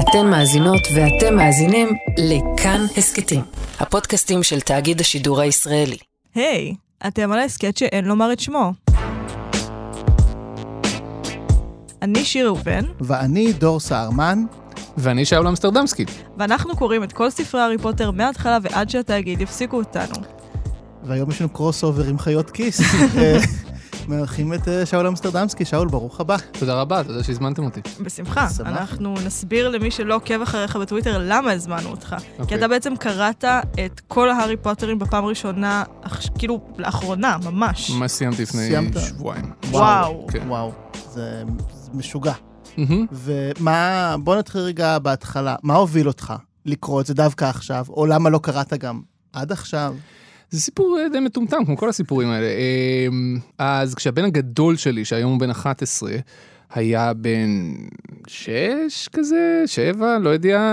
אתן מאזינות ואתם מאזינים לכאן הסקטים, הפודקאסטים של תאגיד השידור הישראלי. היי, אתם על ההסקט שאין לומר את שמו. אני שיר ראובן. ואני דור סהרמן. ואני שאול אמסטרדמסקי. ואנחנו קוראים את כל ספרי הארי פוטר מההתחלה ועד שהתאגיד יפסיקו אותנו. והיום יש לנו קרוס אובר עם חיות כיס. מארחים את שאול אמסטרדמסקי. שאול, ברוך הבא. תודה רבה, תודה שהזמנתם אותי. בשמחה. אנחנו נסביר למי שלא עוקב אחריך בטוויטר למה הזמנו אותך. כי אתה בעצם קראת את כל ההארי פוטרים בפעם ראשונה, כאילו לאחרונה, ממש. ממש סיימתי לפני שבועיים. וואו. וואו, זה משוגע. ומה, בוא נתחיל רגע בהתחלה. מה הוביל אותך לקרוא את זה דווקא עכשיו, או למה לא קראת גם עד עכשיו? זה סיפור די מטומטם, כמו כל הסיפורים האלה. אז כשהבן הגדול שלי, שהיום הוא בן 11, היה בן 6 כזה, 7, לא יודע,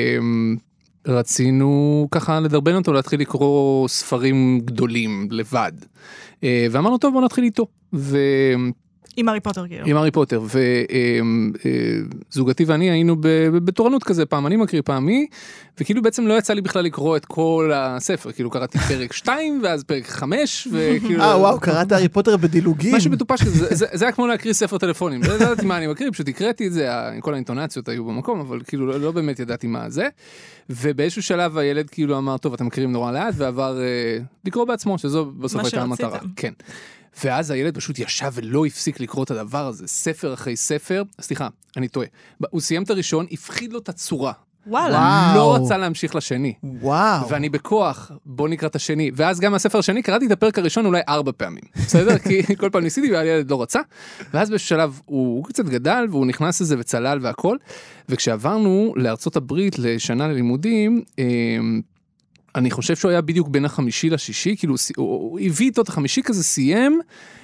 רצינו ככה לדרבן אותו להתחיל לקרוא ספרים גדולים לבד. ואמרנו, טוב, בוא נתחיל איתו. עם הארי פוטר, כאילו. עם הארי פוטר, וזוגתי ואני היינו בתורנות כזה, פעם אני מקריא, פעם מי, וכאילו בעצם לא יצא לי בכלל לקרוא את כל הספר, כאילו קראתי פרק 2, ואז פרק 5, וכאילו... וואו, קראת הארי פוטר בדילוגים. משהו בטופש כזה, זה היה כמו להקריא ספר טלפונים, לא ידעתי מה אני מקריא, פשוט הקראתי את זה, כל האינטונציות היו במקום, אבל כאילו לא באמת ידעתי מה זה, ובאיזשהו שלב הילד כאילו אמר, טוב, אתם מקריאים נורא לאט, ועבר לקרוא בעצמו, שזו בסוף הייתה המטרה. כן. ואז הילד פשוט ישב ולא הפסיק לקרוא את הדבר הזה, ספר אחרי ספר, סליחה, אני טועה, הוא סיים את הראשון, הפחיד לו את הצורה. וואלה. לא רצה להמשיך לשני. וואו. ואני בכוח, בוא נקרא את השני, ואז גם הספר השני, קראתי את הפרק הראשון אולי 4 פעמים, בסדר? כי כל פעם ניסיתי והילד לא רצה, ואז בשלב הוא קצת גדל, והוא נכנס לזה וצלל והכל, וכשעברנו לארצות הברית לשנה ללימודים, אני חושב שהוא היה בדיוק בין החמישי לשישי, כאילו הוא הביא איתו את החמישי כזה, סיים,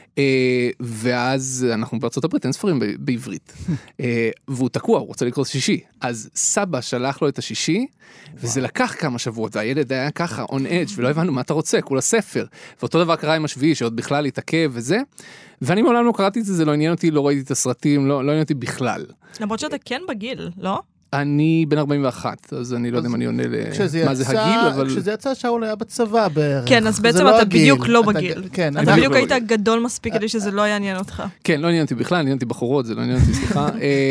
ואז אנחנו בארצות הברית, אין ספרים בעברית, והוא תקוע, הוא רוצה לקרוא שישי, אז סבא שלח לו את השישי, וזה לקח כמה שבועות, והילד היה ככה, on edge, ולא הבנו מה אתה רוצה, כולה ספר, ואותו דבר קרה עם השביעי, שעוד בכלל התעכב וזה, ואני מעולם לא קראתי את זה, זה לא עניין אותי, לא ראיתי את הסרטים, לא עניין אותי בכלל. למרות שאתה כן בגיל, לא? אני בן 41, אז אני לא יודע אם אני עונה למה זה הגיל, אבל... כשזה יצא שאול היה בצבא בערך. כן, אז בעצם אתה בדיוק לא בגיל. כן, אתה בדיוק היית גדול מספיק כדי שזה לא יעניין אותך. כן, לא עניין אותי בכלל, עניין אותי בחורות, זה לא עניין אותי, סליחה.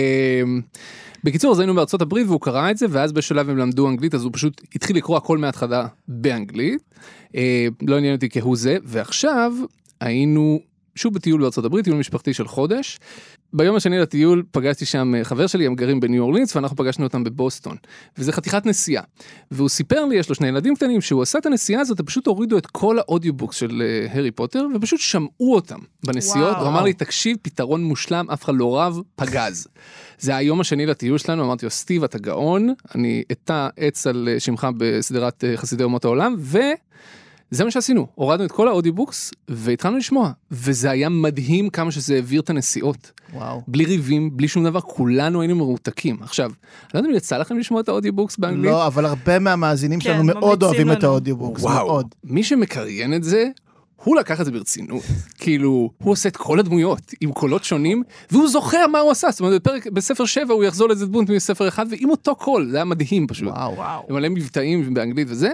בקיצור, אז היינו בארצות הברית והוא קרא את זה, ואז בשלב הם למדו אנגלית, אז הוא פשוט התחיל לקרוא הכל מההתחלה באנגלית. לא עניין אותי כהוא זה, ועכשיו היינו שוב בטיול בארצות הברית, טיול משפחתי של חודש. ביום השני לטיול פגשתי שם חבר שלי, הם גרים בניו אורלינס, ואנחנו פגשנו אותם בבוסטון. וזה חתיכת נסיעה. והוא סיפר לי, יש לו 2 ילדים קטנים, שהוא עשה את הנסיעה הזאת, פשוט הורידו את כל האודיובוקס של הארי פוטר, ופשוט שמעו אותם בנסיעות. הוא אמר לי, תקשיב, פתרון מושלם, אף אחד לא רב, פגז. זה היום השני לטיול שלנו, אמרתי לו, סטיב, אתה גאון, אני אטע עץ על שמך בסדרת חסידי אומות העולם, זה מה שעשינו, הורדנו את כל האודיובוקס והתחלנו לשמוע, וזה היה מדהים כמה שזה העביר את הנסיעות. וואו. בלי ריבים, בלי שום דבר, כולנו היינו מרותקים. עכשיו, לא יודע אם יצא לכם לשמוע את האודיובוקס באנגלית? לא, אבל הרבה מהמאזינים שלנו מאוד אוהבים את האודיובוקס. וואו, מי שמקריין את זה, הוא לקח את זה ברצינות. כאילו, הוא עושה את כל הדמויות עם קולות שונים, והוא זוכר מה הוא עשה. זאת אומרת, בספר 7 הוא יחזור לזה דמות מספר 1, ועם אותו קול, זה היה מדהים פשוט. וואו. עם מלא מבטאים באנגלית וזה.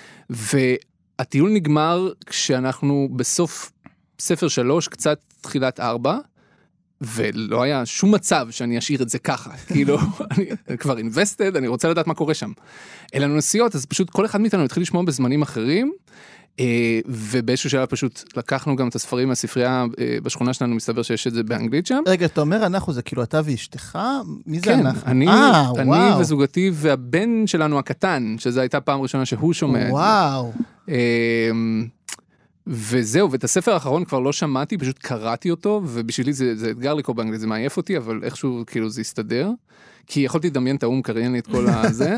הטיול נגמר כשאנחנו בסוף ספר 3, קצת תחילת 4, ולא היה שום מצב שאני אשאיר את זה ככה. כאילו, אני כבר invested, אני רוצה לדעת מה קורה שם. אלא לנו נסיעות, אז פשוט כל אחד מאיתנו התחיל לשמוע בזמנים אחרים, ובאיזשהו שאלה פשוט לקחנו גם את הספרים מהספרייה בשכונה שלנו, מסתבר שיש את זה באנגלית שם. רגע, אתה אומר אנחנו, זה כאילו אתה ואשתך? מי זה כן, אנחנו? אני וזוגתי והבן שלנו הקטן, שזו הייתה פעם ראשונה שהוא שומע את זה. וואו. וזהו, ואת הספר האחרון כבר לא שמעתי, פשוט קראתי אותו, ובשבילי זה אתגר לקרוא באנגלית, זה מעייף אותי, אבל איכשהו כאילו זה הסתדר, כי יכולתי לדמיין את האום קריין לי את כל הזה,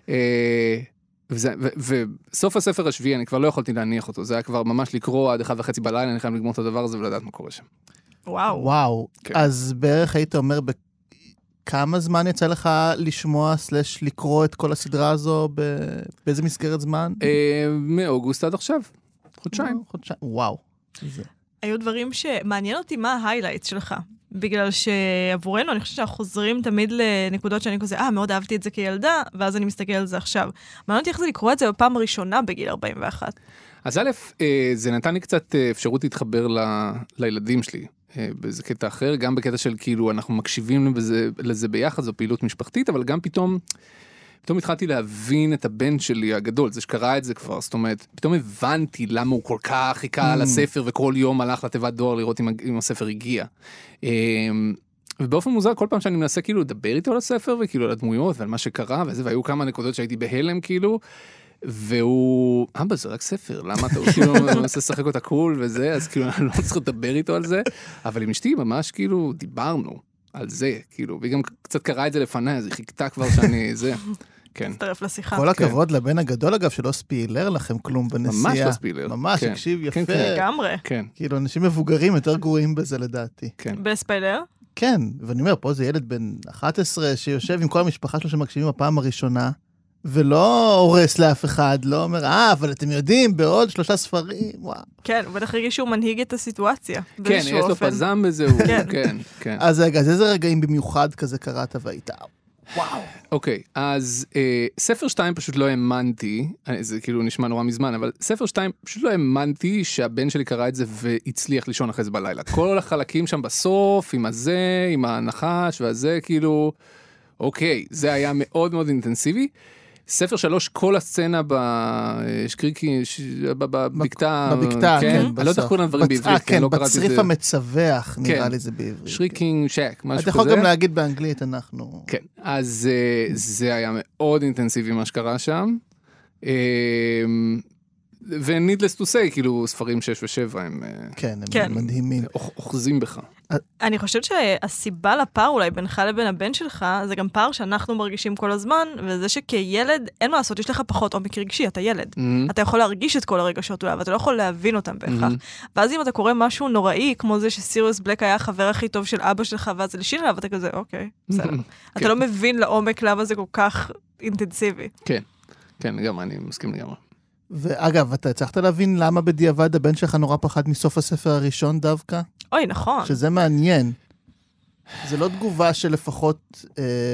וסוף הספר השביעי אני כבר לא יכולתי להניח אותו, זה היה כבר ממש לקרוא עד 1:30 בלילה, אני חייב לגמור את הדבר הזה ולדעת מה קורה שם. וואו. אז בערך היית אומר כמה זמן יצא לך לשמוע / לקרוא את כל הסדרה הזו, באיזה מסגרת זמן? מאוגוסט עד עכשיו, חודשיים. וואו. היו דברים שמעניין אותי מה ההיילייט שלך בגלל שעבורנו, אני חושבת שאנחנו חוזרים תמיד לנקודות שאני כזה, מאוד אהבתי את זה כילדה, ואז אני מסתכל על זה עכשיו. מעניין אותי איך זה לקרוא את זה בפעם הראשונה בגיל 41. אז א', זה נתן לי קצת אפשרות להתחבר לילדים שלי. באיזה קטע אחר, גם בקטע של כאילו אנחנו מקשיבים לזה ביחד, זו פעילות משפחתית, אבל גם פתאום התחלתי להבין את הבן שלי הגדול, זה שקרא את זה כבר, זאת אומרת, פתאום הבנתי למה הוא כל כך חיכה על הספר, וכל יום הלך לתיבת דואר לראות אם הספר הגיע. ובאופן מוזר, כל פעם שאני מנסה כאילו לדבר איתו על הספר, וכאילו על הדמויות ועל מה שקרה, והיו כמה נקודות שהייתי בהלם כאילו, והוא, אבא זה רק ספר, למה אתה כאילו מנסה לשחק אותה קול וזה, אז כאילו אני לא צריך לדבר איתו על זה, אבל עם אשתי ממש כאילו דיברנו על זה, כאילו, והיא גם קצת קראה את זה לפניי, אז היא חיכתה כבר שאני, זה, כן. מצטרף לשיחה. כל הכבוד לבן הגדול אגב, שלא ספילר לכם כלום בנסיעה. ממש לא ספילר. ממש, הקשיב יפה. לגמרי. כן. כאילו, אנשים מבוגרים יותר גרועים בזה לדעתי. כן. בספיילר? כן, ואני אומר, פה זה ילד בן 11 שיושב עם כל המשפחה שלו שמקשיבים בפעם הראשונה, ולא הורס לאף אחד, לא אומר, אבל אתם יודעים, בעוד 3 ספרים, וואו. כן, הוא בטח רגיש שהוא מנהיג את הסיטואציה. כן, יש לו פזם בזה, כן. אז רגע, אז איזה רגעים במיוחד כזה קראת והיית? וואו. אוקיי, אז ספר 2 פשוט לא האמנתי, זה כאילו נשמע נורא מזמן, אבל ספר 2 פשוט לא האמנתי שהבן שלי קרא את זה והצליח לישון אחרי זה בלילה. כל החלקים שם בסוף, עם הזה, עם הנחש והזה, כאילו, אוקיי, זה היה מאוד מאוד אינטנסיבי. ספר 3, כל הסצנה בשקריקי, בבקתה, כן, אני לא יודע כולם דברים בעברית, כן, בצריף המצווח, נראה לי זה בעברית. שריקינג שק, משהו כזה. אתה יכול גם להגיד באנגלית, אנחנו... כן, אז זה היה מאוד אינטנסיבי מה שקרה שם, ו-needless to say, כאילו ספרים 6 ו-7 הם... כן, הם מדהימים. אוחזים בך. אני חושבת שהסיבה לפער אולי בינך לבין הבן שלך, זה גם פער שאנחנו מרגישים כל הזמן, וזה שכילד אין מה לעשות, יש לך פחות עומק רגשי, אתה ילד. אתה יכול להרגיש את כל הרגשות אולי, אבל אתה לא יכול להבין אותם בהכרח. ואז אם אתה קורא משהו נוראי, כמו זה שסיריוס בלק היה החבר הכי טוב של אבא שלך, ואז זה לשין עליו, אתה כזה, אוקיי, בסדר. אתה לא מבין לעומק למה זה כל כך אינטנסיבי. כן, כן, לגמרי, אני מסכים לגמרי. ואגב, אתה הצלחת להבין למה בדיעבד הבן שלך נורא פחד מסוף הספר הראשון דווקא? אוי, נכון. שזה מעניין. זה לא תגובה שלפחות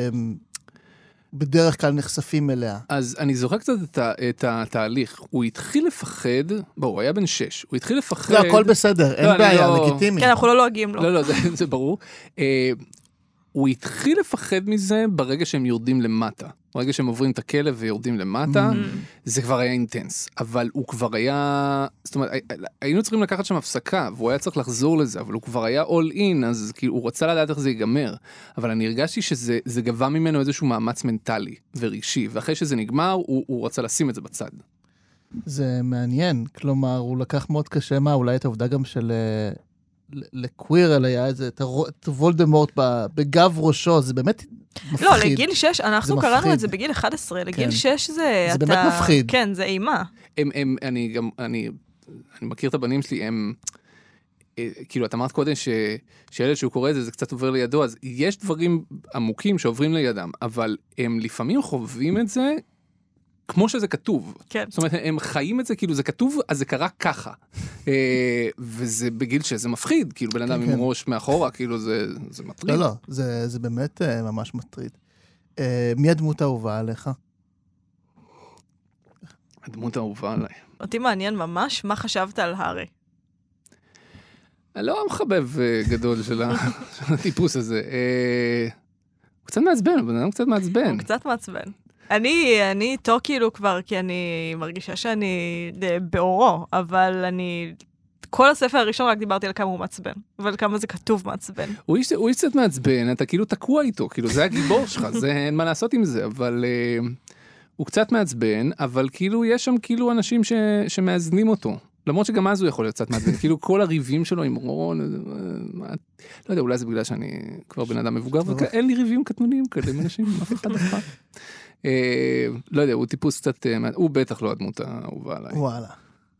בדרך כלל נחשפים אליה. אז אני זוכר קצת את התהליך. הוא התחיל לפחד, הוא היה בן 6, הוא התחיל לפחד... לא, הכל בסדר, אין בעיה, לגיטימי. כן, אנחנו לא לועגים לו. לא, זה ברור. הוא התחיל לפחד מזה ברגע שהם יורדים למטה. ברגע שהם עוברים את הכלב ויורדים למטה, זה כבר היה אינטנס. אבל הוא כבר היה... זאת אומרת, היינו צריכים לקחת שם הפסקה, והוא היה צריך לחזור לזה, אבל הוא כבר היה all in, אז כאילו, הוא רצה לדעת איך זה ייגמר. אבל אני הרגשתי שזה גבה ממנו איזשהו מאמץ מנטלי ורגשי, ואחרי שזה נגמר, הוא רצה לשים את זה בצד. זה מעניין. כלומר, הוא לקח מאוד קשה אולי את העובדה גם של... לקווירל היה איזה, את וולדמורט בגב ראשו, זה באמת מפחיד. לא, לגיל 6, אנחנו קראנו את זה בגיל 11, לגיל 6 זה... זה באמת מפחיד. כן, זה אימה. אני מכיר את הבנים שלי, הם... כאילו, את אמרת קודם שילד שהוא קורא את זה, זה קצת עובר לידו, אז יש דברים עמוקים שעוברים לידם, אבל הם לפעמים חווים את זה כמו שזה כתוב. כן. זאת אומרת, הם חיים את זה, כאילו זה כתוב, אז זה קרה ככה. וזה בגיל שזה מפחיד, כאילו בן אדם עם ראש מאחורה, כאילו זה מטריד. לא, זה באמת ממש מטריד. מי הדמות האהובה עליך? הדמות האהובה עליי. אותי מעניין ממש מה חשבת על הארי. אני לא מחבב גדול של הטיפוס הזה. הוא קצת מעצבן, בן אדם קצת מעצבן. הוא קצת מעצבן. אני איתו כאילו כבר, כי אני מרגישה שאני באורו, אבל כל הספר הראשון רק דיברתי על כמה הוא מעצבן, אבל כמה זה כתוב מעצבן. הוא איש קצת מעצבן, אתה כאילו תקוע איתו, כאילו זה הגיבור שלך, זה אין מה לעשות עם זה, אבל הוא קצת מעצבן, אבל כאילו יש שם כאילו אנשים שמאזנים אותו, למרות שגם אז הוא יכול להיות קצת מעצבן, כאילו כל הריבים שלו עם רון, לא יודע, אולי זה בגלל שאני כבר בן אדם מבוגר, ואין לי ריבים קטנוניים כאלה עם אנשים, אף אחד אחד. לא יודע, הוא טיפוס קצת, הוא בטח לא הדמות האהובה עליי. וואלה.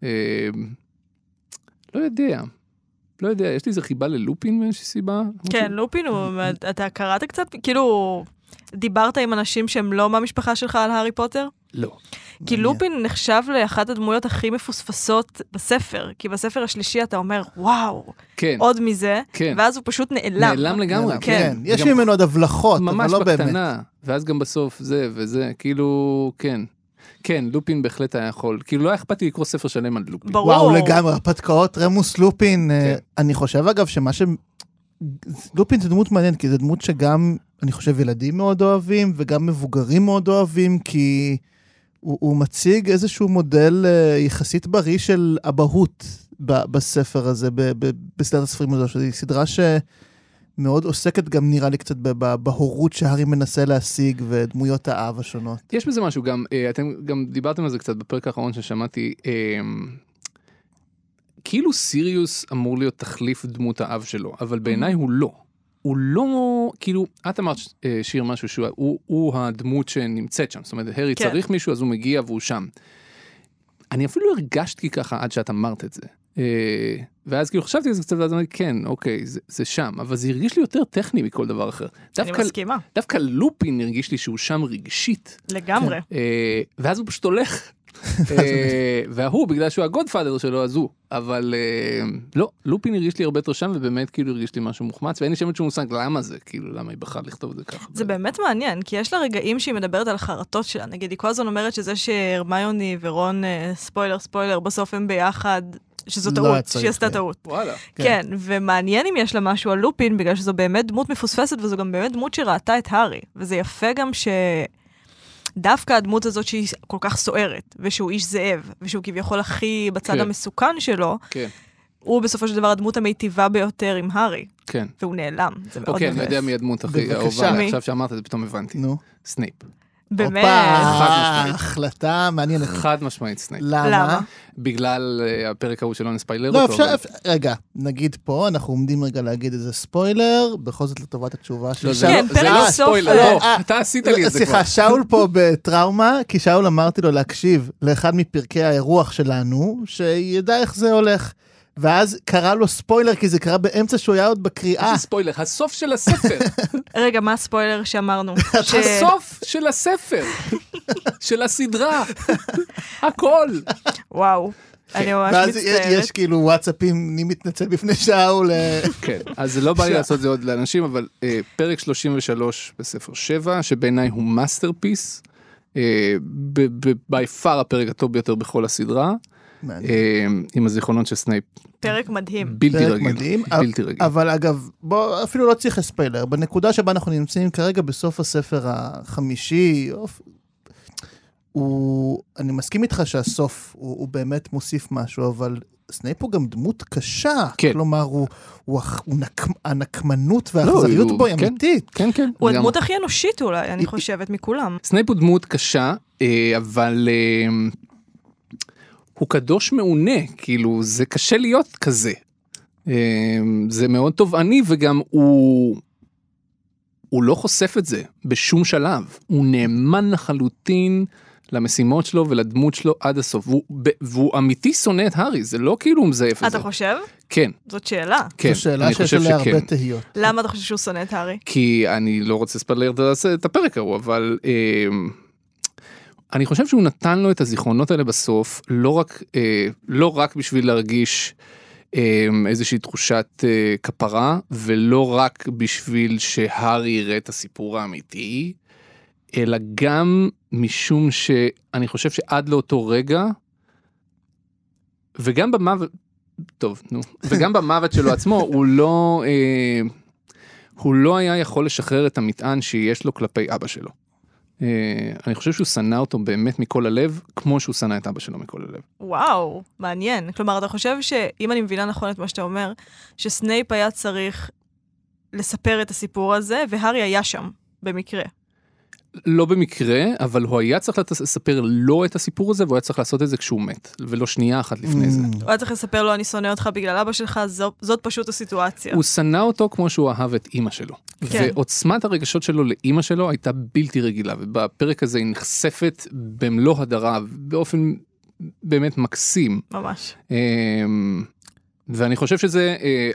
לא יודע, יש לי איזה חיבה ללופין מאיזושהי סיבה? כן, לופין, אתה קראת קצת, כאילו, דיברת עם אנשים שהם לא מהמשפחה שלך על הארי פוטר? לא. כי לופין נחשב לאחת הדמויות הכי מפוספסות בספר, כי בספר השלישי אתה אומר, וואו, כן. עוד מזה, כן. ואז הוא פשוט נעלם. נעלם לגמרי. כן. יש ממנו עוד הבלחות, ממש אבל לא באמת. בקטנה, ואז גם בסוף זה וזה, כאילו, כן. כן, לופין בהחלט היה יכול. כאילו לא היה אכפת לי לקרוא ספר שלם על לופין. ברור. וואו, לגמרי, הרפתקאות, רמוס לופין. אני חושב אגב שמה לופין זה דמות מעניין, כי זה דמות שגם, אני חושב, ילדים מאוד אוהבים, וגם מבוגרים מאוד אוהבים, כי הוא מציג איזשהו מודל יחסית בריא של אבהות בספר הזה, בסדרת הספרים הזו, שזו סדרה שמאוד עוסקת גם נראה לי קצת בהורות שהארי מנסה להשיג, ודמויות האב השונות. יש בזה משהו, גם, אתם גם דיברתם על זה קצת בפרק האחרון ששמעתי, כאילו סיריוס אמור להיות תחליף דמות האב שלו, אבל בעיניי הוא לא. הוא לא, כאילו, את אמרת שיר משהו שהוא הדמות שנמצאת שם, זאת אומרת, הרי צריך מישהו, אז הוא מגיע והוא שם. אני אפילו הרגשתי ככה עד שאת אמרת את זה. ואז כאילו חשבתי על זה קצת, ואז אמרתי, כן, אוקיי, זה שם, אבל זה הרגיש לי יותר טכני מכל דבר אחר. אני מסכימה. דווקא לופין הרגיש לי שהוא שם רגשית. לגמרי. ואז הוא פשוט הולך. והוא, בגלל שהוא הגודפאדר שלו, אז הוא. אבל לא, לופין הרגיש לי הרבה יותר שם, ובאמת כאילו הרגיש לי משהו מוחמץ, ואין לי שמות שהוא מושג למה זה, כאילו למה היא בחרה לכתוב את זה ככה. זה באמת מעניין, כי יש לה רגעים שהיא מדברת על החרטות שלה, נגיד, היא כל הזמן אומרת שזה שהרמיוני ורון, ספוילר, בסוף הם ביחד, שזו טעות, שהיא עשתה טעות. וואלה. כן, ומעניין אם יש לה משהו על לופין, בגלל שזו באמת דמות מפוספסת, וזו גם באמת דמות שראתה את הארי, וזה יפה גם דווקא הדמות הזאת שהיא כל כך סוערת, ושהוא איש זאב, ושהוא כביכול הכי בצד המסוכן שלו, הוא בסופו של דבר הדמות המיטיבה ביותר עם הארי. כן. והוא נעלם. אוקיי, אני יודע מי הדמות הכי אהובה. עכשיו שאמרת את זה, פתאום הבנתי. נו. סנייפ. באמת. החלטה מעניינת. חד משמעית סנייפ. למה? בגלל הפרק ההוא שלא נספיילר לא, אותו. רגע, נגיד פה, אנחנו עומדים רגע להגיד איזה ספוילר, בכל זאת לטובת התשובה של שאול. כן, זה לא ספוילר, אתה עשית לי את זה כבר. סליחה, שאול פה בטראומה, כי שאול אמרתי לו להקשיב לאחד מפרקי האירוח שלנו, שידע איך זה הולך. ואז קרא לו ספוילר, כי זה קרה באמצע שהוא היה עוד בקריאה. איזה ספוילר? הסוף של הספר. רגע, מה הספוילר שאמרנו? הסוף של הספר. של הסדרה. הכל. וואו. אני ממש ואז מצטערת. יש כאילו וואטסאפים, אני מתנצל בפני שאול. כן, אז זה לא בא לי לעשות את זה עוד לאנשים, אבל פרק 33 בספר 7, שבעיניי הוא מאסטרפיס, by far הפרק הטוב ביותר בכל הסדרה, עם הזיכרונות של סנייפ. פרק מדהים. בלתי רגיל. בלתי רגיל. אבל אגב, בוא, אפילו לא צריך ספיילר. בנקודה שבה אנחנו נמצאים כרגע בסוף הספר החמישי, אני מסכים איתך שהסוף הוא באמת מוסיף משהו, אבל סנייפ הוא גם דמות קשה. כלומר, הנקמנות והאכזריות בו היא אמיתית. כן, כן. הוא הדמות הכי אנושית אולי, אני חושבת, מכולם. סנייפ הוא דמות קשה, אבל הוא קדוש מעונה, כאילו, זה קשה להיות כזה. זה מאוד תובעני, וגם הוא לא חושף את זה בשום שלב. הוא נאמן לחלוטין למשימות שלו ולדמות שלו עד הסוף. והוא אמיתי שונא את הארי, זה לא כאילו הוא מזייף את זה. אתה חושב? כן. זאת שאלה. כן, זו שאלה שיש עליה הרבה תהיות. למה אתה חושב שהוא שונא את הארי? כי אני לא רוצה לספלר את הפרק ההוא, אבל אני חושב שהוא נתן לו את הזיכרונות האלה בסוף, לא רק בשביל להרגיש איזושהי תחושת כפרה, ולא רק בשביל שהארי יראה את הסיפור האמיתי, אלא גם משום שאני חושב שעד לאותו רגע, וגם במוות, טוב, נו, וגם במוות שלו עצמו, הוא לא היה יכול לשחרר את המטען שיש לו כלפי אבא שלו. אני חושב שהוא שנא אותו באמת מכל הלב, כמו שהוא שנא את אבא שלו מכל הלב. וואו, מעניין. כלומר, אתה חושב שאם אני מבינה נכון את מה שאתה אומר, שסנייפ היה צריך לספר את הסיפור הזה, והארי היה שם, במקרה. לא במקרה, אבל הוא היה צריך לספר לו את הסיפור הזה, והוא היה צריך לעשות את זה כשהוא מת, ולא שנייה אחת לפני זה. הוא היה צריך לספר לו, אני שונא אותך בגלל אבא שלך, זאת פשוט הסיטואציה. הוא שנא אותו כמו שהוא אהב את אמא שלו. כן. ועוצמת הרגשות שלו לאמא שלו הייתה בלתי רגילה, ובפרק הזה היא נחשפת במלוא הדרה, באופן באמת מקסים. ממש. ואני חושב שזה,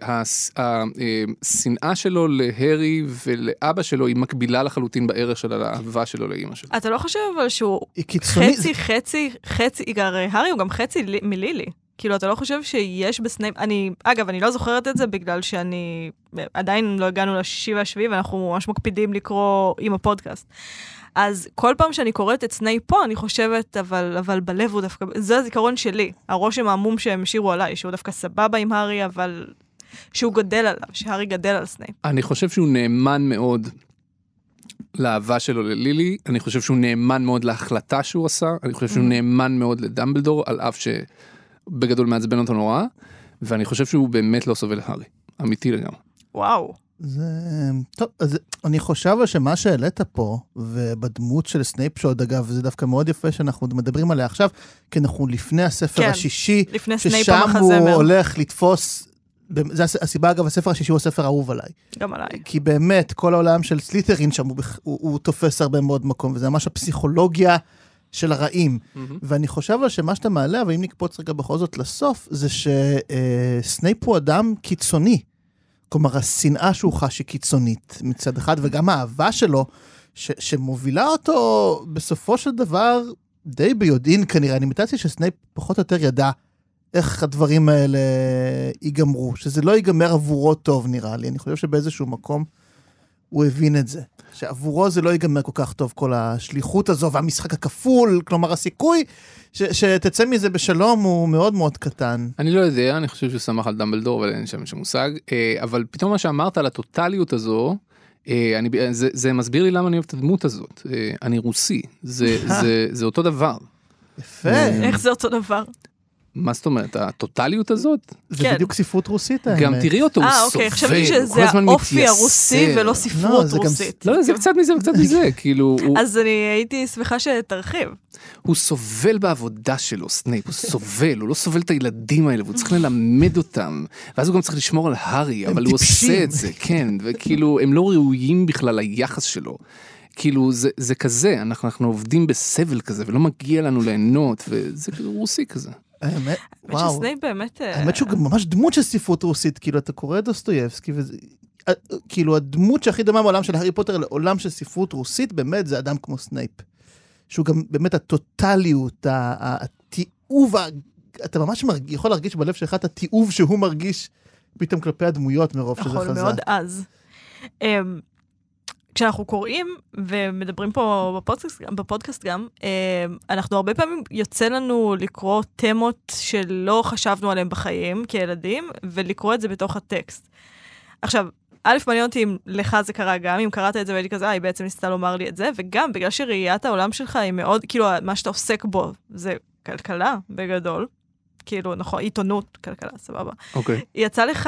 השנאה שלו להרי ולאבא שלו היא מקבילה לחלוטין בערך של האהבה שלו לאמא שלו. אתה לא חושב אבל שהוא חצי, הרי הארי הוא גם חצי מלילי. כאילו, אתה לא חושב שיש בסנייפ, אגב, אני לא זוכרת את זה בגלל שאני, עדיין לא הגענו לשישי והשביעי, ואנחנו ממש מקפידים לקרוא עם הפודקאסט. אז כל פעם שאני קוראת את סנייפ פה, אני חושבת, אבל בלב הוא דווקא, זה הזיכרון שלי, הרושם העמום שהם השאירו עליי, שהוא דווקא סבבה עם הארי, אבל שהוא גדל עליו, שהארי גדל על סנייפ. אני חושב שהוא נאמן מאוד לאהבה שלו ללילי, אני חושב שהוא נאמן מאוד להחלטה שהוא עשה, אני חושב שהוא נאמן מאוד לדמבלדור, על אף שבגדול מעצבן אותו נורא, ואני חושב שהוא באמת לא סובל להארי, אמיתי לגמרי. וואו. זה... טוב, אז אני חושב שמה שהעלית פה, ובדמות של סנייפ שעוד אגב, זה דווקא מאוד יפה שאנחנו מדברים עליה עכשיו, כי אנחנו לפני הספר השישי, ששם הוא הולך לתפוס, זה הסיבה אגב, הספר השישי הוא הספר האהוב עליי. גם עליי. כי באמת, כל העולם של סלית'רין שם, הוא תופס הרבה מאוד מקום, וזה ממש הפסיכולוגיה של הרעים. ואני חושב על שמה שאתה מעלה, אבל אם נקפוץ רגע בכל זאת לסוף, זה שסנייפ הוא אדם קיצוני. כלומר, השנאה שהוא חש היא קיצונית מצד אחד, וגם האהבה שלו, שמובילה אותו בסופו של דבר די ביודעין כנראה. אני מתעצי שסנייפ פחות או יותר ידע איך הדברים האלה ייגמרו, שזה לא ייגמר עבורו טוב נראה לי. אני חושב שבאיזשהו מקום הוא הבין את זה. שעבורו זה לא ייגמר כל כך טוב, כל השליחות הזו והמשחק הכפול, כלומר הסיכוי שתצא מזה בשלום הוא מאוד מאוד קטן. אני לא יודע, אני חושב שהוא שמח על דמבלדור, אבל אין שם מושג, אבל פתאום מה שאמרת על הטוטליות הזו, זה מסביר לי למה אני אוהב את הדמות הזאת. אני רוסי, זה אותו דבר. יפה. איך זה אותו דבר? מה זאת אומרת? הטוטליות הזאת? זה בדיוק ספרות רוסית, האמת. גם תראי אותו, הוא סובל. אוקיי, חשבתי שזה האופי הרוסי ולא ספרות רוסית. לא, זה קצת מזה וקצת מזה, כאילו... אז אני הייתי שמחה שתרחיב. הוא סובל בעבודה שלו, סנייפ, הוא סובל, הוא לא סובל את הילדים האלה, והוא צריך ללמד אותם, ואז הוא גם צריך לשמור על הארי, אבל הוא עושה את זה, כן, וכאילו, הם לא ראויים בכלל ליחס שלו. כאילו, זה כזה, אנחנו עובדים בסבל כזה, ולא מגיע לנו ליהנות, וזה רוסי כזה. האמת, וואו. שסנייפ באמת... האמת שהוא גם ממש דמות של ספרות רוסית, כאילו, אתה קורא את דוסטויבסקי, כאילו, הדמות שהכי דומה בעולם של הארי פוטר לעולם של ספרות רוסית, באמת זה אדם כמו סנייפ. שהוא גם באמת הטוטליות, התיעוב, אתה ממש יכול להרגיש בלב שלך את התיעוב שהוא מרגיש פתאום כלפי הדמויות מרוב שזה חזק. יכול מאוד אז. כשאנחנו קוראים ומדברים פה בפודקאסט גם, אנחנו הרבה פעמים יוצא לנו לקרוא תמות שלא חשבנו עליהן בחיים כילדים, ולקרוא את זה בתוך הטקסט. עכשיו, א', מעניין אותי אם לך זה קרה גם, אם קראת את זה והייתי כזה, היא בעצם ניסתה לומר לי את זה, וגם בגלל שראיית העולם שלך היא מאוד, כאילו, מה שאתה עוסק בו, זה כלכלה בגדול, כאילו, נכון, עיתונות, כלכלה, סבבה. אוקיי. יצא לך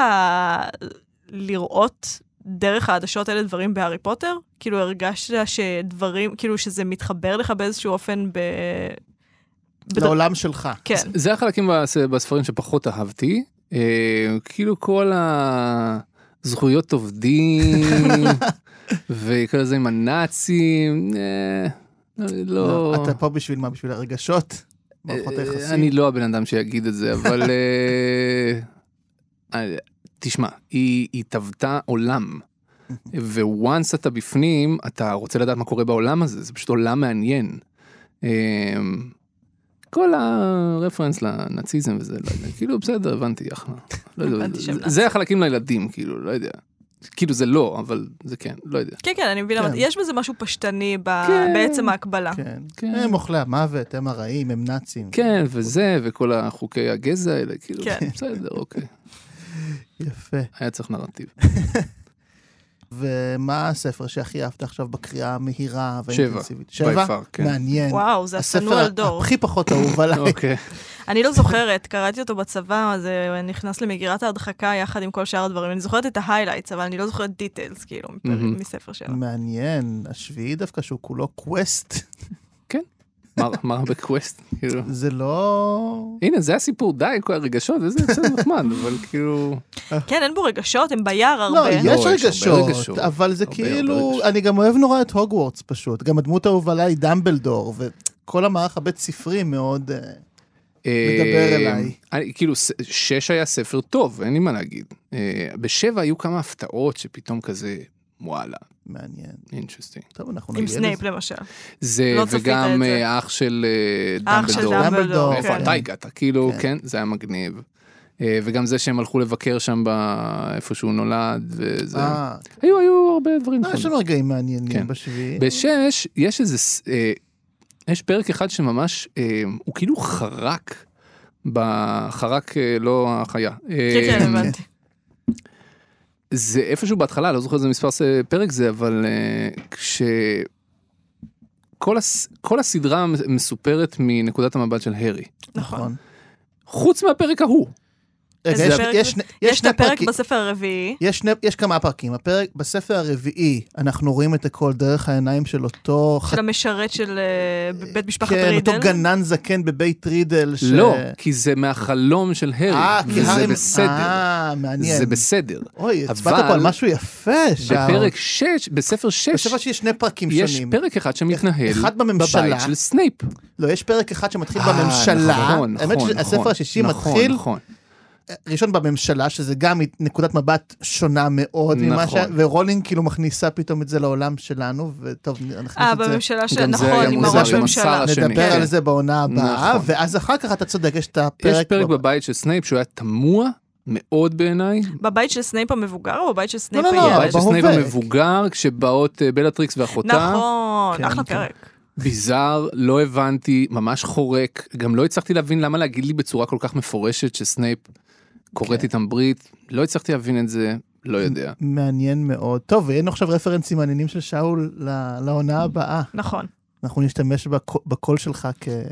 לראות דרך העדשות האלה דברים בהארי פוטר? כאילו, הרגשת שדברים, כאילו, שזה מתחבר לך באיזשהו אופן לעולם שלך. כן. זה החלקים בספרים שפחות אהבתי, כאילו כל זכויות עובדים, וכל זה עם הנאצים, לא... אתה פה בשביל מה? בשביל הרגשות? מערכות היחסים? אני לא הבן אדם שיגיד את זה, אבל... תשמע, היא טבתה עולם, וואנס אתה בפנים, אתה רוצה לדעת מה קורה בעולם הזה, זה פשוט עולם מעניין. כל הרפרנס לנאציזם וזה, לא יודע, כאילו בסדר, הבנתי, זה החלקים לילדים, כאילו, לא יודע. כאילו זה לא, אבל זה כן, לא יודע. כן, כן, אני מבינה, יש בזה משהו פשטני בעצם ההקבלה. כן, הם אוכלי המוות, הם הרעים, הם נאצים. כן, וזה, וכל החוקי הגזע האלה, כאילו, בסדר, אוקיי. יפה. היה צריך נרטיב. ומה הספר שהכי אהבת עכשיו בקריאה המהירה והאינטנסיבית? 7? מעניין. וואו, זה הסנוע על דור. הספר הכי פחות אהוב עליי. אוקיי. אני לא זוכרת, קראתי אותו בצבא, זה נכנס למגירת ההדחקה יחד עם כל שאר הדברים. אני זוכרת את ההיילייטס, אבל אני לא זוכרת דיטיילס, כאילו, מספר שלו. מעניין. השביעי דווקא שהוא כולו קווסט. כן. מה בקווסט? זה לא... הנה, זה הסיפור, די, כל הרגשות, וזה קצת נחמד, אבל כאילו... כן, אין בו רגשות, הם ביער הרבה. לא, יש רגשות, אבל זה כאילו... אני גם אוהב נורא את הוגוורטס פשוט, גם הדמות האהובה עליי דמבלדור, וכל המערך הבית ספרי מאוד... מדבר אליי. כאילו 6 היה ספר טוב, אין לי מה להגיד. ב7 היו כמה הפתעות שפתאום כזה, וואלה. מעניין. אינטרסטינג. טוב, אנחנו עם סנייפ למשל. זה, וגם האח של דמבלדור. איפה אתה הגעת? כאילו, כן, זה היה מגניב. וגם זה שהם הלכו לבקר שם איפה שהוא נולד, וזה... היו הרבה דברים. יש לנו רגעים מעניינים בשביעי. ב6 יש איזה... יש פרק אחד שממש, הוא כאילו חרק, חרק לא החיה. כן, הבנתי. זה איפשהו בהתחלה, לא זוכר איזה מספר פרק זה, אבל כל הסדרה מסופרת מנקודת המבט של הרי. נכון. חוץ מהפרק ההוא. יש את הפרק בספר הרביעי. יש כמה פרקים. בספר הרביעי אנחנו רואים את הכל דרך העיניים של אותו... של המשרת של בית משפחת רידל. כן, אותו גנן זקן בבית רידל. לא, כי זה מהחלום של הרי, וזה בסדר. מעניין. זה בסדר. אוי, הצבעת פה על משהו יפה. בפרק 6, בספר 6, בספר שיש 2 פרקים שונים. יש פרק אחד שמתנהל בבית של סנייפ. לא, יש פרק אחד שמתחיל בממשלה. האמת שהספר השישי מתחיל ראשון בממשלה, שזה גם נקודת מבט שונה מאוד ממה ש... ורולינג כאילו מכניסה פתאום את זה לעולם שלנו, וטוב, נכניס את זה. בממשלה נכון, עם הראש ממשלה. נדבר על זה בעונה הבאה, ואז אחר כך אתה צודק, יש את הפרק... יש פרק בבית של סנייפ שהוא היה תמוה מאוד בעיניי. בבית של סנייפ המבוגר או בבית של סנייפ הילד? בבית של סנייפ המבוגר, כשבאות בלטריקס ואחותה. נכון, אחלה פרק. ביזר, לא הבנתי, ממש חורק, גם לא הצלחתי להבין למה להגיד לי בצורה כל כך מפורשת שסנייפ קוראת איתם ברית, לא הצלחתי להבין את זה, לא יודע. מעניין מאוד. טוב, ויהינו עכשיו רפרנסים מעניינים של שאול לעונה הבאה. נכון. אנחנו נשתמש בקול שלך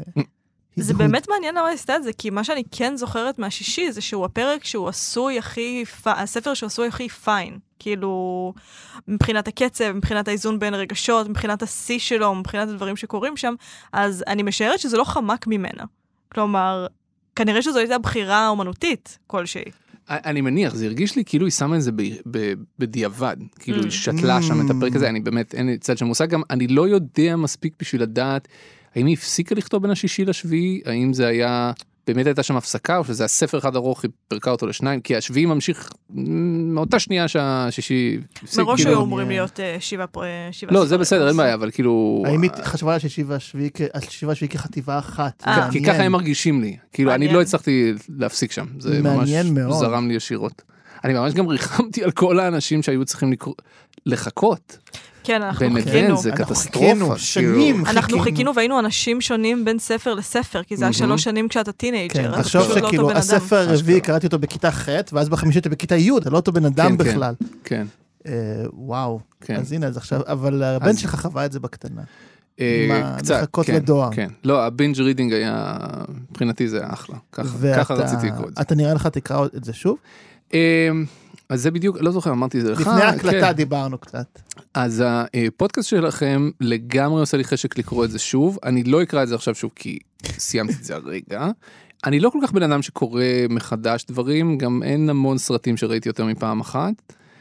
זה באמת מעניין למה עשתה את זה, כי מה שאני כן זוכרת מהשישי, זה שהוא הפרק שהוא עשוי הכי, הספר שהוא עשוי הכי פיין. כאילו, מבחינת הקצב, מבחינת האיזון בין רגשות, מבחינת השיא שלו, מבחינת הדברים שקורים שם, אז אני משערת שזה לא חמק ממנה. כלומר, כנראה שזו הייתה בחירה אומנותית כלשהי. אני מניח, זה הרגיש לי כאילו היא שמה את זה בדיעבד, כאילו היא שתלה שם את הפרק הזה, אני באמת, אין לי צד של מושג, גם אני לא יודע מספיק בשביל לדעת, האם היא הפסיקה לכתוב בין השישי לשביעי, האם זה היה, באמת הייתה שם הפסקה, או שזה הספר אחד ארוך, היא פרקה אותו לשניים, כי השביעי ממשיך מאותה שנייה שהשישי הפסיק. מראש היו אומרים להיות 7. לא, זה בסדר, אין בעיה, אבל כאילו... האם היא חשבה על השישי והשביעי כחטיבה אחת? כי ככה הם מרגישים לי, כאילו אני לא הצלחתי להפסיק שם, זה ממש זרם לי ישירות. אני ממש גם ריחמתי על כל האנשים שהיו צריכים לחכות. כן, אנחנו חיכינו. זה קטסטרופה. שנים אנחנו חיכינו והיינו אנשים שונים בין ספר לספר, כי זה היה 3 שנים כשאתה טינאג'ר. תחשוב שכאילו הספר הרביעי קראתי אותו בכיתה ח' ואז בחמישי אותו בכיתה י', אתה לא אותו בן אדם בכלל. כן. וואו. אז הנה, אז עכשיו, אבל הבן שלך חווה את זה בקטנה. קצת, לחכות לדואר. כן. לא, הבינג' רידינג היה, מבחינתי זה אחלה. ככה רציתי לקרוא את זה. אתה נראה לך תקרא את זה שוב? אז זה בדיוק, לא זוכר, אמרתי את זה לך. לפני ההקלטה דיברנו קצת. אז הפודקאסט שלכם לגמרי עושה לי חשק לקרוא את זה שוב. אני לא אקרא את זה עכשיו שוב, כי סיימתי את זה הרגע. אני לא כל כך בן אדם שקורא מחדש דברים, גם אין המון סרטים שראיתי יותר מפעם אחת.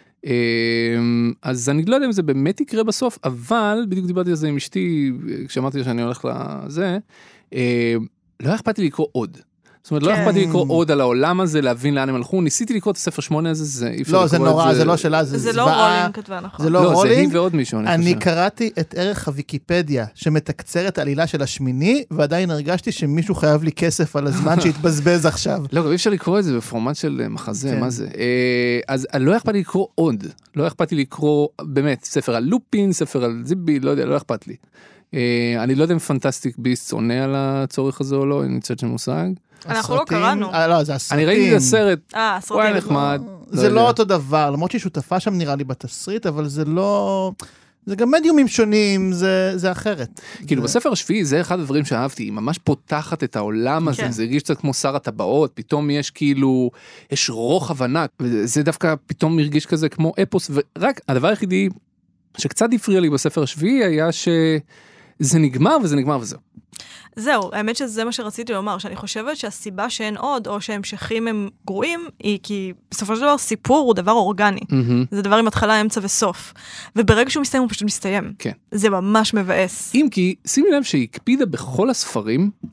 אז אני לא יודע אם זה באמת יקרה בסוף, אבל בדיוק דיברתי על זה עם אשתי, כשאמרתי שאני הולך לזה, לא אכפת לי לקרוא עוד. זאת אומרת, לא אכפת לי לקרוא עוד על העולם הזה, להבין לאן הם הלכו, ניסיתי לקרוא את הספר 8 הזה, זה אי אפשר לקרוא את זה. לא, זה נורא, זה לא שלה, זה זוועה. זה לא רולינג כתבה, נכון. זה לא רולינג. זה היא ועוד מישהו, אני קראתי את ערך הוויקיפדיה, שמתקצר את העלילה של השמיני, ועדיין הרגשתי שמישהו חייב לי כסף על הזמן שהתבזבז עכשיו. לא, אי אפשר לקרוא את זה בפורמט של מחזה, מה זה? אז לא אכפת לי לקרוא עוד, לא אכפת לי לקרוא, באמת, ספר על לופין, ספר על זיבי, לא יודע, לא אכפת לי. אני לא יודע אם פנטסטיק ביסט עונה על הצורך הזה או לא, אין לי צד של מושג. אנחנו לא קראנו. לא, זה הסרטים. אני ראיתי את הסרט, הסרטים. וואי נחמד. זה לא אותו דבר, למרות שהיא שותפה שם נראה לי בתסריט, אבל זה לא... זה גם מדיומים שונים, זה אחרת. כאילו בספר השביעי זה אחד הדברים שאהבתי, היא ממש פותחת את העולם הזה, זה הרגיש קצת כמו שר הטבעות, פתאום יש כאילו, יש רוחב ענק, וזה דווקא פתאום מרגיש כזה כמו אפוס, ורק הדבר היחידי שקצת הפריע לי בספר השביעי היה שזה נגמר וזה נגמר וזהו. זהו, האמת שזה מה שרציתי לומר, שאני חושבת שהסיבה שאין עוד, או שהמשכים הם גרועים, היא כי בסופו של דבר סיפור הוא דבר אורגני. זה דבר עם התחלה, אמצע וסוף. וברגע שהוא מסתיים, הוא פשוט מסתיים. כן. זה ממש מבאס. אם כי, שימי לב שהיא הקפידה בכל הספרים,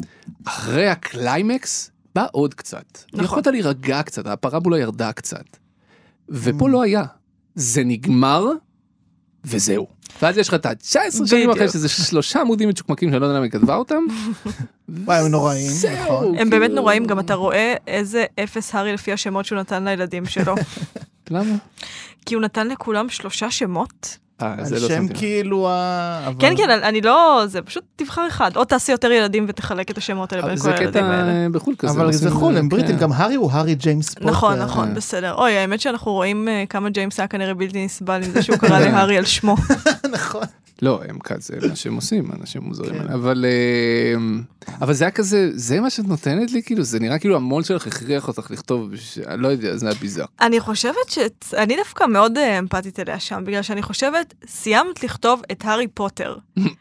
אחרי הקליימקס, בא עוד קצת. יכולת להירגע קצת, הפרבולה ירדה קצת. ופה לא היה. זה נגמר, וזהו. ואז יש לך את 19 שנים אחרי שזה 3 עמודים מצ'וקמקים שאני לא יודע למה היא כתבה אותם. וואי, הם נוראים, נכון. הם באמת נוראים, גם אתה רואה איזה אפס הארי לפי השמות שהוא נתן לילדים שלו. למה? כי הוא נתן לכולם 3 שמות. השם כאילו כן, כן, אני לא, זה פשוט תבחר אחד, או תעשי יותר ילדים ותחלק את השמות האלה בין כל הילדים האלה. זה קטע בחול כזה. אבל זה חול, הם בריטים, גם הארי הוא הארי ג'יימס פוטר. נכון, נכון, בסדר. אוי, האמת שאנחנו רואים כמה ג'יימס היה כנראה בלתי נסבל עם זה שהוא קרא להארי על שמו. נכון. לא, הם כזה, מה שהם עושים, אנשים מוזרים, אבל זה היה כזה, זה מה שאת נותנת לי, כאילו, זה נראה כאילו המון שלך הכריח אותך לכתוב, לא יודע, זה היה ביזר. אני חושבת שאני דווקא מאוד אמפתית אליה שם, בגלל שאני חושבת, סיימת לכתוב את הארי פוטר.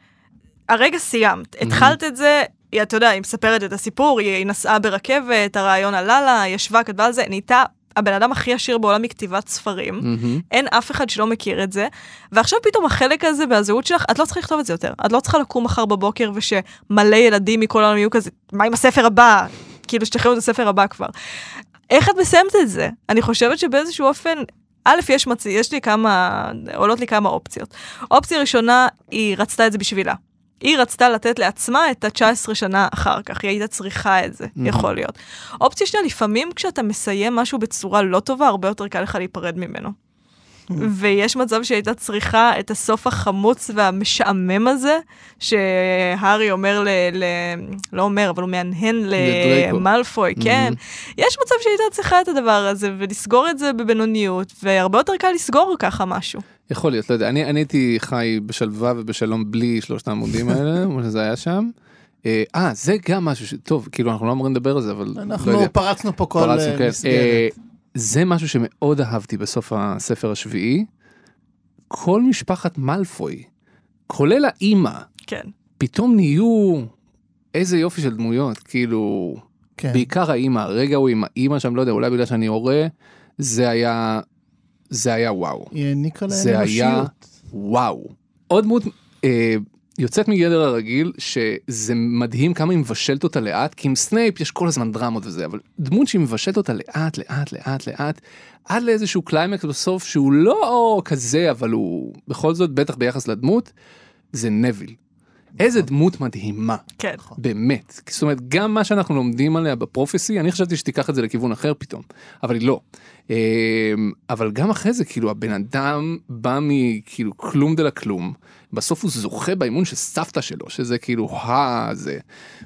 הרגע סיימת, התחלת את זה, אתה יודע, היא מספרת את הסיפור, היא נסעה ברכבת, הרעיון עלה לה, ישבה, כתבה על זה, נהייתה הבן אדם הכי עשיר בעולם מכתיבת ספרים, אין אף אחד שלא מכיר את זה, ועכשיו פתאום החלק הזה והזהות שלך, את לא צריכה לכתוב את זה יותר, את לא צריכה לקום מחר בבוקר ושמלא ילדים מכל העולם יהיו כזה, מה עם הספר הבא? כאילו שתחררו את הספר הבא כבר. איך את מסיימת את זה? אני חושבת שבאיזשהו אופן, א', יש לי עולות לי כמה אופציות. אופציה ראשונה, היא רצתה את זה בשבילה. היא רצתה לתת לעצמה את ה-19 שנה אחר כך, היא הייתה צריכה את זה, יכול להיות. אופציה שנייה, לפעמים כשאתה מסיים משהו בצורה לא טובה, הרבה יותר קל לך להיפרד ממנו. ויש מצב שהייתה צריכה את הסוף החמוץ והמשעמם הזה, שהארי אומר לא אומר, אבל הוא מהנהן למלפוי, כן. יש מצב שהייתה צריכה את הדבר הזה, ולסגור את זה בבינוניות, והרבה יותר קל לסגור ככה משהו. יכול להיות, לא יודע, אני הייתי חי בשלווה ובשלום בלי 3 העמודים האלה, כמו שזה היה שם. זה גם משהו טוב, כאילו אנחנו לא אמורים לדבר על זה, אבל אנחנו פרצנו פה כל מסגרת. זה משהו שמאוד אהבתי בסוף הספר השביעי. כל משפחת מלפוי, כולל האמא, כן. פתאום נהיו איזה יופי של דמויות, כאילו, בעיקר האמא, רגע הוא עם האמא שם, לא יודע, אולי בגלל שאני הורה, זה היה וואו. היא העניקה להם זה היה וואו. עוד דמות יוצאת מגדר הרגיל, שזה מדהים כמה היא מבשלת אותה לאט, כי עם סנייפ יש כל הזמן דרמות וזה, אבל דמות שהיא מבשלת אותה לאט, לאט, לאט, לאט, עד לאיזשהו קליימקס בסוף, שהוא לא כזה, אבל הוא בכל זאת, בטח ביחס לדמות, זה נביל. איזה דמות מדהימה. כן. באמת. זאת אומרת, גם מה שאנחנו לומדים עליה בפרופסי, אני חשבתי שתיקח את זה לכיוון אחר פתאום, אבל היא לא. אבל גם אחרי זה, כאילו, הבן אדם בא מכאילו כלום דלה כלום, בסוף הוא זוכה באימון של סבתא שלו, שזה כאילו זה,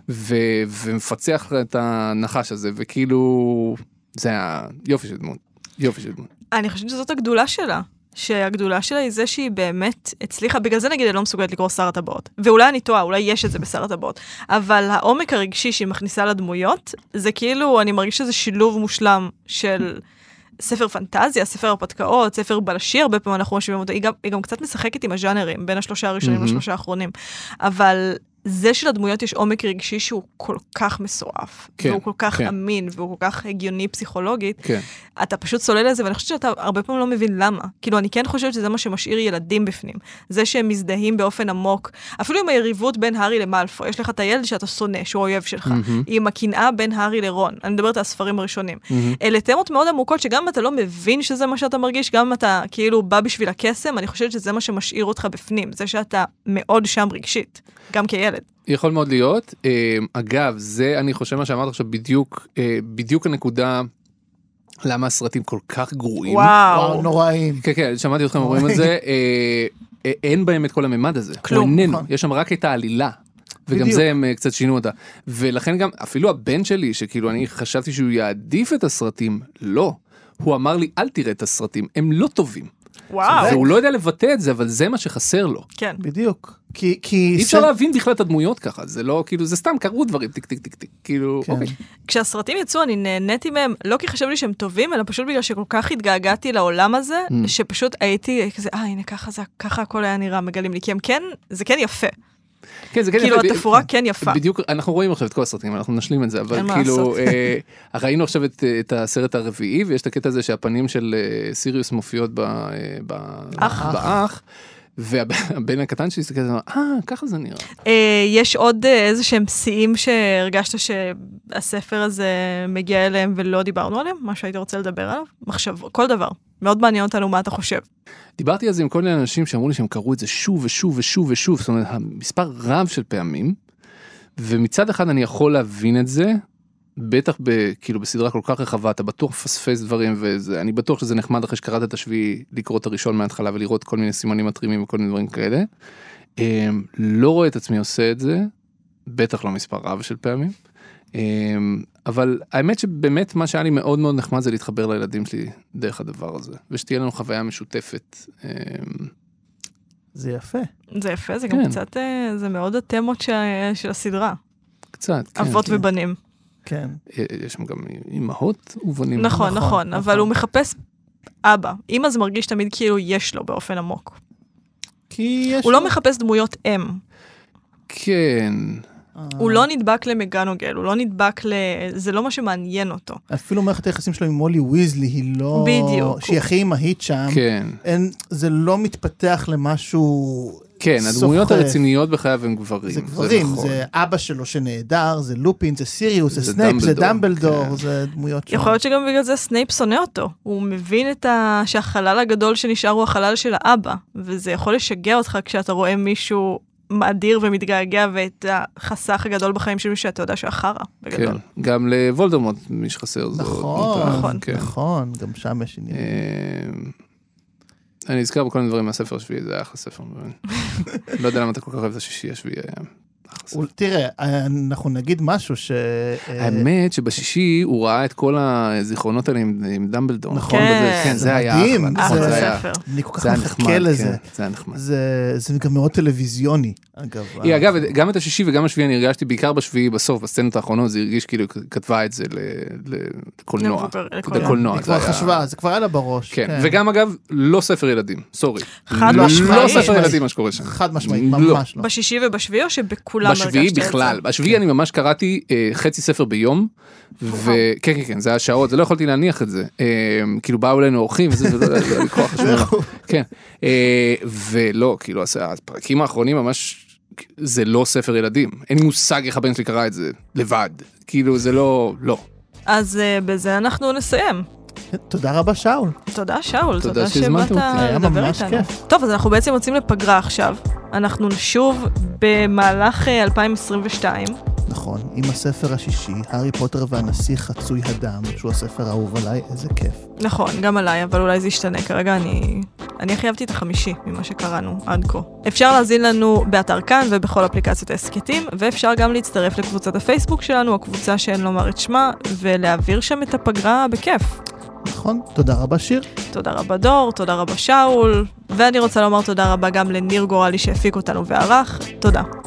ומפצח את הנחש הזה, וכאילו, זה היה יופי של דמות. יופי של דמות. אני חושבת שזאת הגדולה שלה. שהגדולה שלה היא זה שהיא באמת הצליחה, בגלל זה נגיד אני לא מסוגלת לקרוא שר הטבעות, ואולי אני טועה, אולי יש את זה בשר הטבעות, אבל העומק הרגשי שהיא מכניסה לדמויות, זה כאילו, אני מרגיש שזה שילוב מושלם של ספר פנטזיה, ספר הרפתקאות, ספר בלשי, הרבה פעמים אנחנו משווים אותו, היא גם קצת משחקת עם הז'אנרים, בין 3 הראשונים ל3 האחרונים, אבל זה שלדמויות יש עומק רגשי שהוא כל כך מסועף, והוא כל כך אמין, והוא כל כך הגיוני פסיכולוגית, אתה פשוט סולל לזה, ואני חושבת שאתה הרבה פעמים לא מבין למה. כאילו, אני כן חושבת שזה מה שמשאיר ילדים בפנים. זה שהם מזדהים באופן עמוק, אפילו עם היריבות בין הארי למלפוי, יש לך את הילד שאתה שונא, שהוא אויב שלך, עם הקנאה בין הארי לרון, אני מדברת על הספרים הראשונים. אלה תמות מאוד עמוקות, שגם אם אתה לא מבין שזה מה שאתה מרגיש, גם אם אתה כאילו בא בשביל הקסם, אני חושבת שזה מה שמשאיר אותך בפנים, זה שאתה מאוד שם רגשית, גם כילד. יכול מאוד להיות. אגב, זה אני חושב מה שאמרת עכשיו בדיוק הנקודה למה הסרטים כל כך גרועים. וואו, נוראים. כן, כן, שמעתי אתכם אומרים את זה. אין בהם את כל הממד הזה. כלום. יש שם רק את העלילה. וגם זה הם קצת שינו אותה. ולכן גם, אפילו הבן שלי, שכאילו אני חשבתי שהוא יעדיף את הסרטים, לא. הוא אמר לי, אל תראה את הסרטים, הם לא טובים. וואו. והוא לא יודע לבטא את זה, אבל זה מה שחסר לו. כן. בדיוק. אי אפשר להבין בכלל את הדמויות ככה, זה לא, כאילו, זה סתם קראו דברים, טיק, טיק, טיק, טיק, כאילו, אוקיי. כשהסרטים יצאו, אני נהניתי מהם, לא כי חשב לי שהם טובים, אלא פשוט בגלל שכל כך התגעגעתי לעולם הזה, שפשוט הייתי כזה, הנה, ככה הכל היה נראה, מגלים לי, כי הם כן, זה כן יפה. כן, זה כן כאילו, התפאורה כן יפה. בדיוק, אנחנו רואים עכשיו את כל הסרטים, אנחנו נשלים את זה, אבל כאילו, ראינו עכשיו את הסרט הרביעי, ויש את הקטע הזה שהפנים של סיריוס מופיעות באח, והבן הקטן שלי הסתכל, ככה זה נראה. יש עוד איזה שהם שיאים שהרגשת שהספר הזה מגיע אליהם ולא דיברנו עליהם? מה שהיית רוצה לדבר עליו? מחשב, כל דבר. מאוד מעניין אותנו מה אתה חושב. דיברתי על זה עם כל מיני אנשים שאמרו לי שהם קראו את זה שוב ושוב ושוב ושוב, זאת אומרת, המספר רב של פעמים, ומצד אחד אני יכול להבין את זה, בטח כאילו בסדרה כל כך רחבה, אתה בטוח פספס דברים, ואני בטוח שזה נחמד אחרי שקראת את השביעי, לקרוא את הראשון מההתחלה ולראות כל מיני סימנים מטרימים וכל מיני דברים כאלה. לא רואה את עצמי עושה את זה, בטח לא מספר רב של פעמים, אבל האמת שבאמת מה שהיה לי מאוד מאוד נחמד זה להתחבר לילדים שלי דרך הדבר הזה, ושתהיה לנו חוויה משותפת. זה יפה. זה יפה, זה גם קצת, זה מאוד התמות של הסדרה. קצת, כן. אבות ובנים. כן. יש שם גם אמהות ובנים. נכון, אבל הוא מחפש אבא. אמא זה מרגיש תמיד כאילו יש לו באופן עמוק. כי יש הוא לא מחפש דמויות אם. כן. הוא לא נדבק למגנוגל, הוא לא נדבק זה לא מה שמעניין אותו. אפילו מערכת היחסים שלו עם מולי ויזלי היא לא... בדיוק. שהיא הכי אמהית שם. כן. זה לא מתפתח למשהו... כן, הדמויות הרציניות בחייו הם גברים. זה גברים, זה אבא שלו שנהדר, זה לופין, זה סיריוס, זה סנייפ, זה דמבלדור, זה דמויות שלו. יכול להיות שגם בגלל זה סנייפ שונא אותו. הוא מבין שהחלל הגדול שנשאר הוא החלל של האבא, וזה יכול לשגע אותך כשאתה רואה מישהו מאדיר ומתגעגע, ואת החסך הגדול בחיים של מישהו, אתה יודע שאחרה, בגדול. כן, גם לוולדמורט מי שחסר. נכון, גם שם יש עניין. אני אזכר בכל מיני דברים מהספר השביעי, זה היה אחלה ספר. לא יודע למה אתה כל כך אוהב את השישי השביעי היה. תראה, אנחנו נגיד משהו ש... האמת שבשישי הוא ראה את כל הזיכרונות האלה עם דמבלדור. נכון, כן, זה היה אחלה ספר. אני כל כך מחכה לזה. זה היה נחמד. זה גם מאוד טלוויזיוני, אגב. אגב, גם את השישי וגם השביעי אני הרגשתי, בעיקר בשביעי בסוף, בסצנות האחרונות, זה הרגיש כאילו כתבה את זה לקולנוע. לקולנוע. זה כבר עלה בראש. כן, וגם אגב, לא ספר ילדים, סורי. חד משמעית. לא ספר ילדים מה שקורה שם. חד משמעית, ממש לא. בשישי ובשביעי או שבכולם בשביעי בכלל, בשביעי אני ממש קראתי חצי ספר ביום, וכן, כן, זה היה שעות, זה לא יכולתי להניח את זה, כאילו באו אלינו אורחים, וזה לא היה לי כוח לשמוע, כן, ולא, כאילו, הפרקים האחרונים ממש, זה לא ספר ילדים, אין לי מושג איך הבן שלי קרא את זה, לבד, כאילו זה לא. אז בזה אנחנו נסיים. תודה רבה שאול. תודה שאול, תודה שבאת לדבר איתנו. טוב, אז אנחנו בעצם יוצאים לפגרה עכשיו. אנחנו נשוב במהלך 2022. נכון, עם הספר השישי, הארי פוטר והנסיך חצוי הדם, שהוא הספר האהוב עליי, איזה כיף. נכון, גם עליי, אבל אולי זה ישתנה. כרגע אני הכי אהבתי את החמישי ממה שקראנו עד כה. אפשר להזין לנו באתר כאן ובכל אפליקציות העסקתים, ואפשר גם להצטרף לקבוצת הפייסבוק שלנו, הקבוצה שאין לומר את שמה, ולהעביר שם את הפגרה בכיף. נכון, תודה רבה שיר. תודה רבה דור, תודה רבה שאול, ואני רוצה לומר תודה רבה גם לניר גורלי שהפיק אותנו וערך. תודה.